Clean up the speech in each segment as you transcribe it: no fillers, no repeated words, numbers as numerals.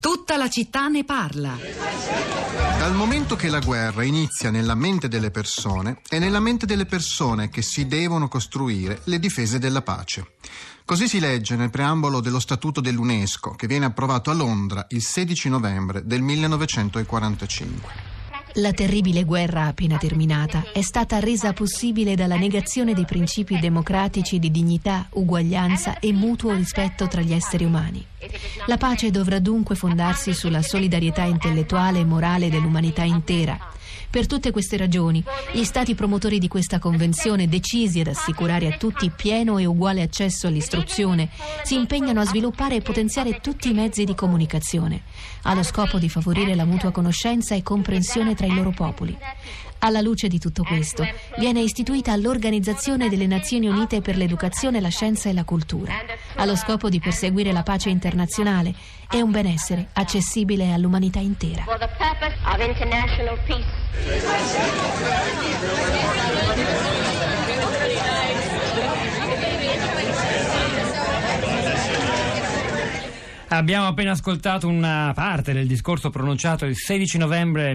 Tutta la città ne parla. Dal momento che la guerra inizia nella mente delle persone, è nella mente delle persone che si devono costruire le difese della pace. Così si legge nel preambolo dello Statuto dell'UNESCO, che viene approvato a Londra il 16 novembre del 1945. La terribile guerra appena terminata è stata resa possibile dalla negazione dei principi democratici di dignità, uguaglianza e mutuo rispetto tra gli esseri umani. La pace dovrà dunque fondarsi sulla solidarietà intellettuale e morale dell'umanità intera. Per tutte queste ragioni, gli stati promotori di questa convenzione, decisi ad assicurare a tutti pieno e uguale accesso all'istruzione, si impegnano a sviluppare e potenziare tutti i mezzi di comunicazione, allo scopo di favorire la mutua conoscenza e comprensione tra i loro popoli. Alla luce di tutto questo, viene istituita l'Organizzazione delle Nazioni Unite per l'Educazione, la Scienza e la Cultura, allo scopo di perseguire la pace internazionale e un benessere accessibile all'umanità intera. Abbiamo appena ascoltato una parte del discorso pronunciato il 16 novembre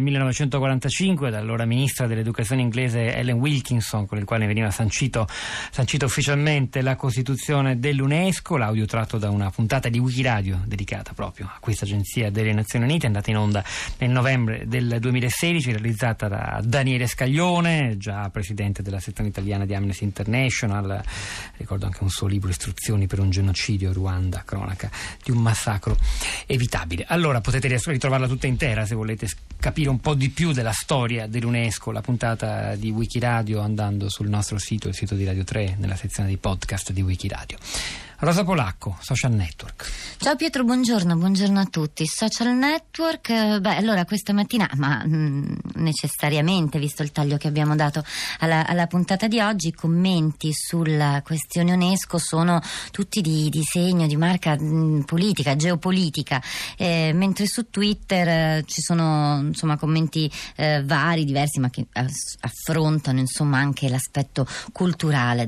1945 dall'allora ministra dell'educazione inglese Ellen Wilkinson, con il quale veniva sancita ufficialmente la Costituzione dell'UNESCO. L'audio tratto da una puntata di Wikiradio dedicata proprio a questa agenzia delle Nazioni Unite, andata in onda nel novembre del 2016, realizzata da Daniele Scaglione, già presidente della sezione italiana di Amnesty International. Ricordo anche un suo libro, Istruzioni per un genocidio, Ruanda, cronaca di un massacro evitabile. Allora potete ritrovarla tutta intera se volete capire un po' di più della storia dell'UNESCO, la puntata di Wikiradio, andando sul nostro sito, il sito di Radio 3, nella sezione dei podcast di Wikiradio. Rosa Polacco, Social Network. Ciao Pietro, buongiorno a tutti. Social Network, allora questa mattina, ma necessariamente, visto il taglio che abbiamo dato alla puntata di oggi, i commenti sulla questione UNESCO sono tutti di segno, di marca politica, geopolitica, mentre su Twitter ci sono insomma commenti vari, diversi, ma che affrontano insomma anche l'aspetto culturale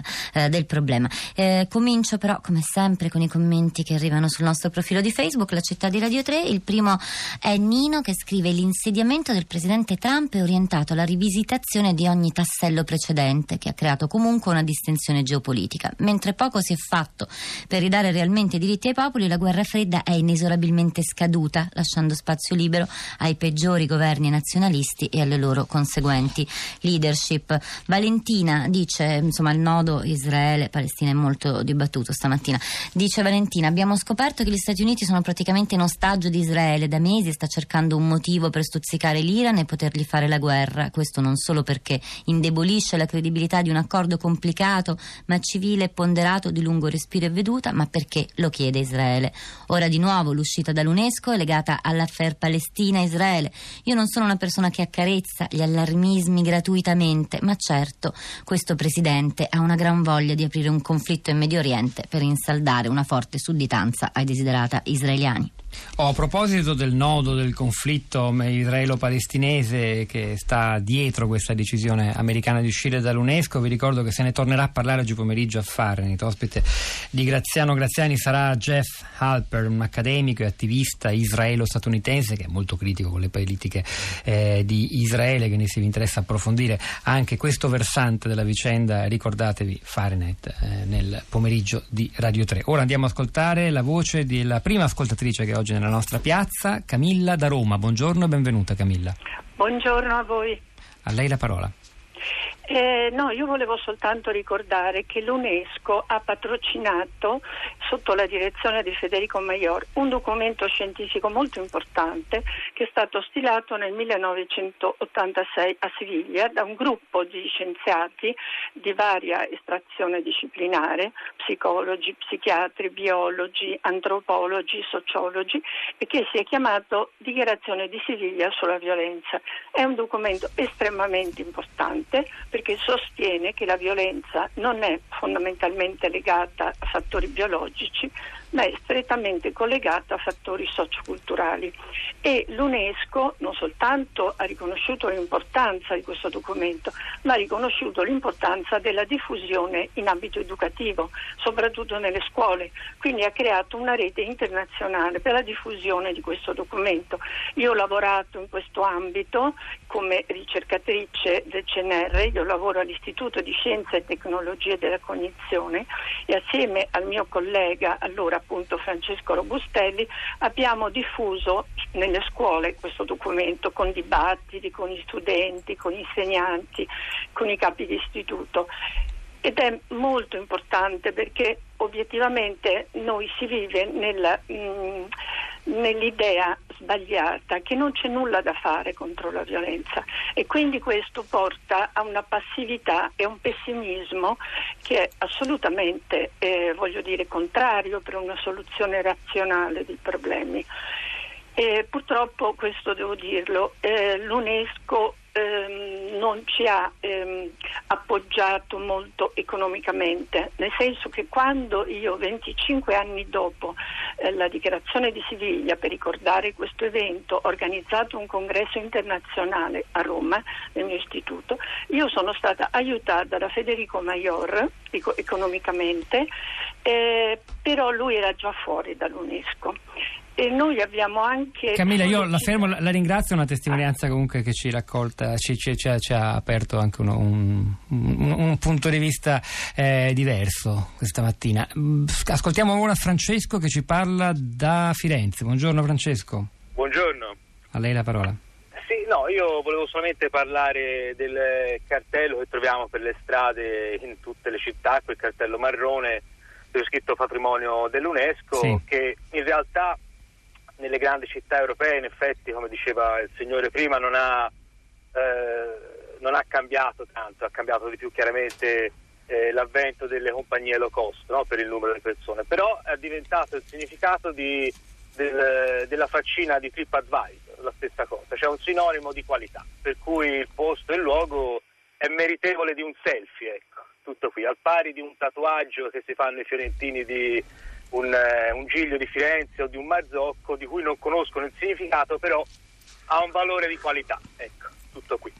del problema. Comincio però come sempre con i commenti che arrivano sul nostro profilo di Facebook, la città di Radio 3. Il primo è Nino, che scrive: l'insediamento del presidente Trump è orientato alla rivisitazione di ogni tassello precedente, che ha creato comunque una distensione geopolitica. Mentre poco si è fatto per ridare realmente diritti ai popoli, la guerra fredda è inesorabilmente scaduta, lasciando spazio libero ai peggiori governi nazionalisti e alle loro conseguenti leadership. Valentina dice, insomma, il nodo Israele-Palestina è molto dibattuto stamattina. Dice Valentina: abbiamo scoperto che gli Stati Uniti sono praticamente in ostaggio di Israele da mesi, sta cercando un motivo per stuzzicare l'Iran e potergli fare la guerra. Questo non solo perché indebolisce la credibilità di un accordo complicato ma civile e ponderato, di lungo respiro e veduta, ma perché lo chiede Israele. Ora di nuovo l'uscita dall'UNESCO è legata all'affaire Palestina-Israele. Io non sono una persona che accarezza gli allarmismi gratuitamente, ma certo questo presidente ha una gran voglia di aprire un conflitto in Medio Oriente per insaldare una forte sudditanza ai desiderata israeliani. A proposito del nodo del conflitto israelo-palestinese che sta dietro questa decisione americana di uscire dall'UNESCO, vi ricordo che se ne tornerà a parlare oggi pomeriggio a Fahrenheit. Ospite di Graziano Graziani sarà Jeff Halper, un accademico e attivista israelo-statunitense che è molto critico con le politiche di Israele, quindi se vi interessa approfondire anche questo versante della vicenda, ricordatevi Fahrenheit nel pomeriggio di Radio 3. Ora andiamo a ascoltare la voce della prima ascoltatrice che oggi nella nostra piazza, Camilla da Roma. Buongiorno e benvenuta, Camilla. Buongiorno a voi. A lei la parola. No, io volevo soltanto ricordare che l'UNESCO ha patrocinato, sotto la direzione di Federico Maior, un documento scientifico molto importante che è stato stilato nel 1986 a Siviglia da un gruppo di scienziati di varia estrazione disciplinare, psicologi, psichiatri, biologi, antropologi, sociologi, e che si è chiamato Dichiarazione di Siviglia sulla violenza. È un documento estremamente importante perché sostiene che la violenza non è fondamentalmente legata a fattori biologici, ma è strettamente collegata a fattori socioculturali, e l'UNESCO non soltanto ha riconosciuto l'importanza di questo documento, ma ha riconosciuto l'importanza della diffusione in ambito educativo, soprattutto nelle scuole, quindi ha creato una rete internazionale per la diffusione di questo documento. Io ho lavorato in questo ambito come ricercatrice del CNR, io lavoro all'Istituto di Scienza e Tecnologie della Cognizione, e assieme al mio collega, allora appunto Francesco Robustelli, abbiamo diffuso nelle scuole questo documento con dibattiti, con gli studenti, con gli insegnanti, con i capi di istituto. Ed è molto importante perché obiettivamente noi si vive nell'idea sbagliata che non c'è nulla da fare contro la violenza, e quindi questo porta a una passività e un pessimismo che è assolutamente contrario per una soluzione razionale dei problemi. Purtroppo, questo devo dirlo, l'UNESCO non ci ha appoggiato molto economicamente, nel senso che quando io 25 anni dopo la dichiarazione di Siviglia, per ricordare questo evento, ho organizzato un congresso internazionale a Roma nel mio istituto, io sono stata aiutata da Federico Mayor economicamente, però lui era già fuori dall'UNESCO. E noi abbiamo anche... Camilla, io la fermo, la ringrazio, è una testimonianza comunque che ci raccolta, ci ha aperto anche un punto di vista diverso questa mattina. Ascoltiamo ora Francesco che ci parla da Firenze. Buongiorno Francesco. Buongiorno. A lei la parola. Sì, no, io volevo solamente parlare del cartello che troviamo per le strade in tutte le città, quel cartello marrone dove è scritto patrimonio dell'UNESCO, sì, che in realtà nelle grandi città europee, in effetti, come diceva il signore prima, non ha cambiato tanto, ha cambiato di più chiaramente l'avvento delle compagnie low cost, no? Per il numero di persone, però è diventato il significato della faccina di TripAdvisor, la stessa cosa, c'è un sinonimo di qualità, per cui il posto e il luogo è meritevole di un selfie, ecco, tutto qui, al pari di un tatuaggio che si fanno i fiorentini di un Giglio di Firenze o di un Marzocco, di cui non conoscono il significato, però ha un valore di qualità, ecco, tutto qui.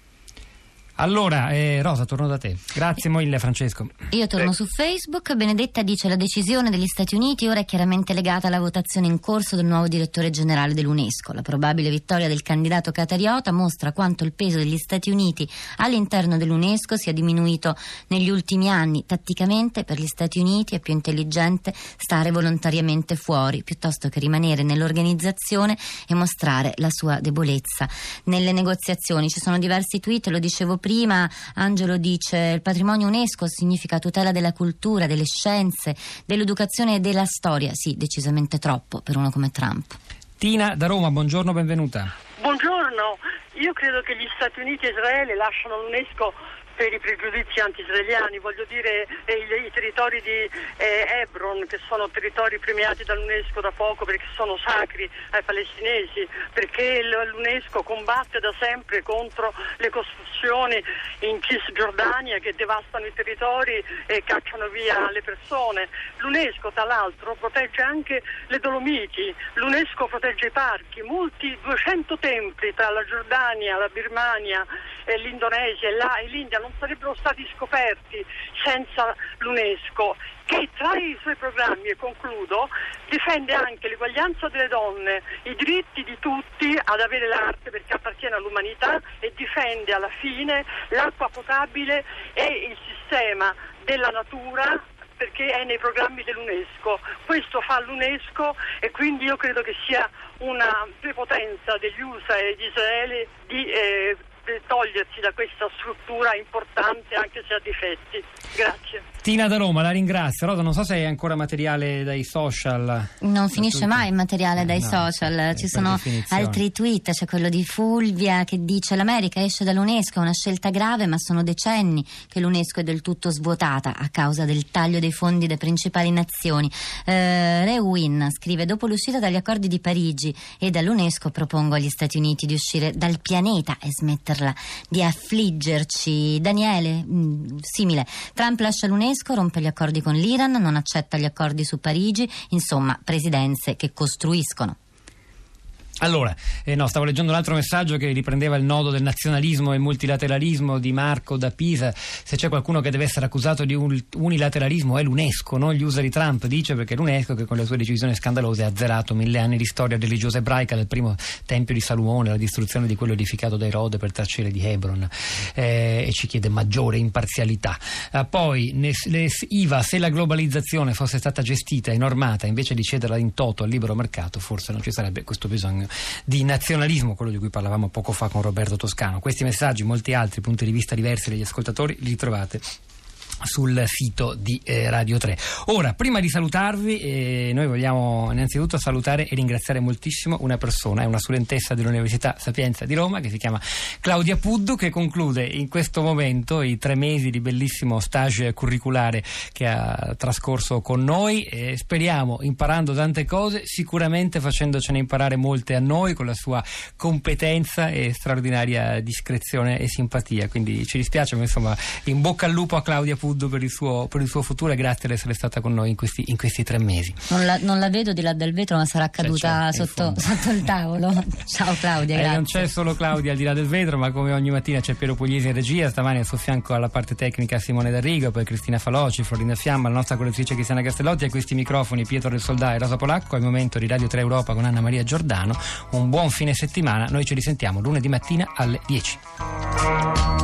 Allora, Rosa, torno da te. Grazie mille Francesco. Io torno su Facebook. Benedetta dice: la decisione degli Stati Uniti ora è chiaramente legata alla votazione in corso del nuovo direttore generale dell'UNESCO. La probabile vittoria del candidato qatariota mostra quanto il peso degli Stati Uniti all'interno dell'UNESCO sia diminuito negli ultimi anni. Tatticamente per gli Stati Uniti è più intelligente stare volontariamente fuori piuttosto che rimanere nell'organizzazione e mostrare la sua debolezza nelle negoziazioni. Ci sono diversi tweet, lo dicevo prima. Angelo dice: il patrimonio UNESCO significa tutela della cultura, delle scienze, dell'educazione e della storia. Sì, decisamente troppo per uno come Trump. Tina da Roma, buongiorno, benvenuta. Buongiorno, io credo che gli Stati Uniti e Israele lasciano l'UNESCO per i pregiudizi anti-israeliani, voglio dire i territori di Hebron, che sono territori premiati dall'UNESCO da poco perché sono sacri ai palestinesi, perché l'UNESCO combatte da sempre contro le costruzioni in Cisgiordania che devastano i territori e cacciano via le persone. L'UNESCO tra l'altro protegge anche le Dolomiti, l'UNESCO protegge i parchi, molti 200 templi tra la Giordania, la Birmania, l'Indonesia e l'India non sarebbero stati scoperti senza l'UNESCO, che tra i suoi programmi, e concludo, difende anche l'eguaglianza delle donne, i diritti di tutti ad avere l'arte perché appartiene all'umanità, e difende alla fine l'acqua potabile e il sistema della natura, perché è nei programmi dell'UNESCO. Questo fa l'UNESCO, e quindi io credo che sia una prepotenza degli USA e di Israele di togliersi da questa struttura importante anche se ha difetti. Grazie. Tina da Roma, la ringrazio. Rosa, non so se hai ancora materiale dai social. Non finisce mai il materiale dai social. Ci sono altri tweet, c'è quello di Fulvia che dice: l'America esce dall'UNESCO, è una scelta grave, ma sono decenni che l'UNESCO è del tutto svuotata a causa del taglio dei fondi delle principali nazioni. Rewin scrive: dopo l'uscita dagli accordi di Parigi e dall'UNESCO propongo agli Stati Uniti di uscire dal pianeta e smettere smetterla di affliggerci. Daniele, simile. Trump lascia l'UNESCO, rompe gli accordi con l'Iran, non accetta gli accordi su Parigi, insomma presidenze che costruiscono. Allora, stavo leggendo un altro messaggio che riprendeva il nodo del nazionalismo e multilateralismo di Marco da Pisa. Se c'è qualcuno che deve essere accusato di unilateralismo è l'UNESCO, non gli usa di Trump, dice, perché l'UNESCO, che con le sue decisioni scandalose ha azzerato 1000 anni di storia religiosa ebraica, dal primo tempio di Salomone, la distruzione di quello edificato da Erode per tacere di Hebron, e ci chiede maggiore imparzialità. Poi IVA, se la globalizzazione fosse stata gestita e normata invece di cederla in toto al libero mercato, forse non ci sarebbe questo bisogno di nazionalismo, quello di cui parlavamo poco fa con Roberto Toscano. Questi messaggi, molti altri punti di vista diversi degli ascoltatori li trovate sul sito di Radio 3. Ora, prima di salutarvi, noi vogliamo innanzitutto salutare e ringraziare moltissimo una persona, è una studentessa dell'Università Sapienza di Roma che si chiama Claudia Puddu, che conclude in questo momento i 3 mesi di bellissimo stage curriculare che ha trascorso con noi, e speriamo imparando tante cose, sicuramente facendocene imparare molte a noi con la sua competenza e straordinaria discrezione e simpatia. Quindi ci dispiace, ma insomma in bocca al lupo a Claudia Puddu per il suo futuro, e grazie di essere stata con noi in questi 3 mesi. Non la vedo di là del vetro, ma sarà caduta sotto il tavolo. Ciao Claudia, grazie. Non c'è solo Claudia al di là del vetro, ma come ogni mattina c'è Piero Pugliese in regia, stamani al suo fianco alla parte tecnica Simone D'Arrigo, poi Cristina Faloci, Florinda Fiamma, la nostra collettrice Cristiana Castellotti, a questi microfoni Pietro del Soldà e Rosa Polacco. Al momento di Radio 3 Europa con Anna Maria Giordano. Un buon fine settimana, noi ci risentiamo lunedì mattina alle 10.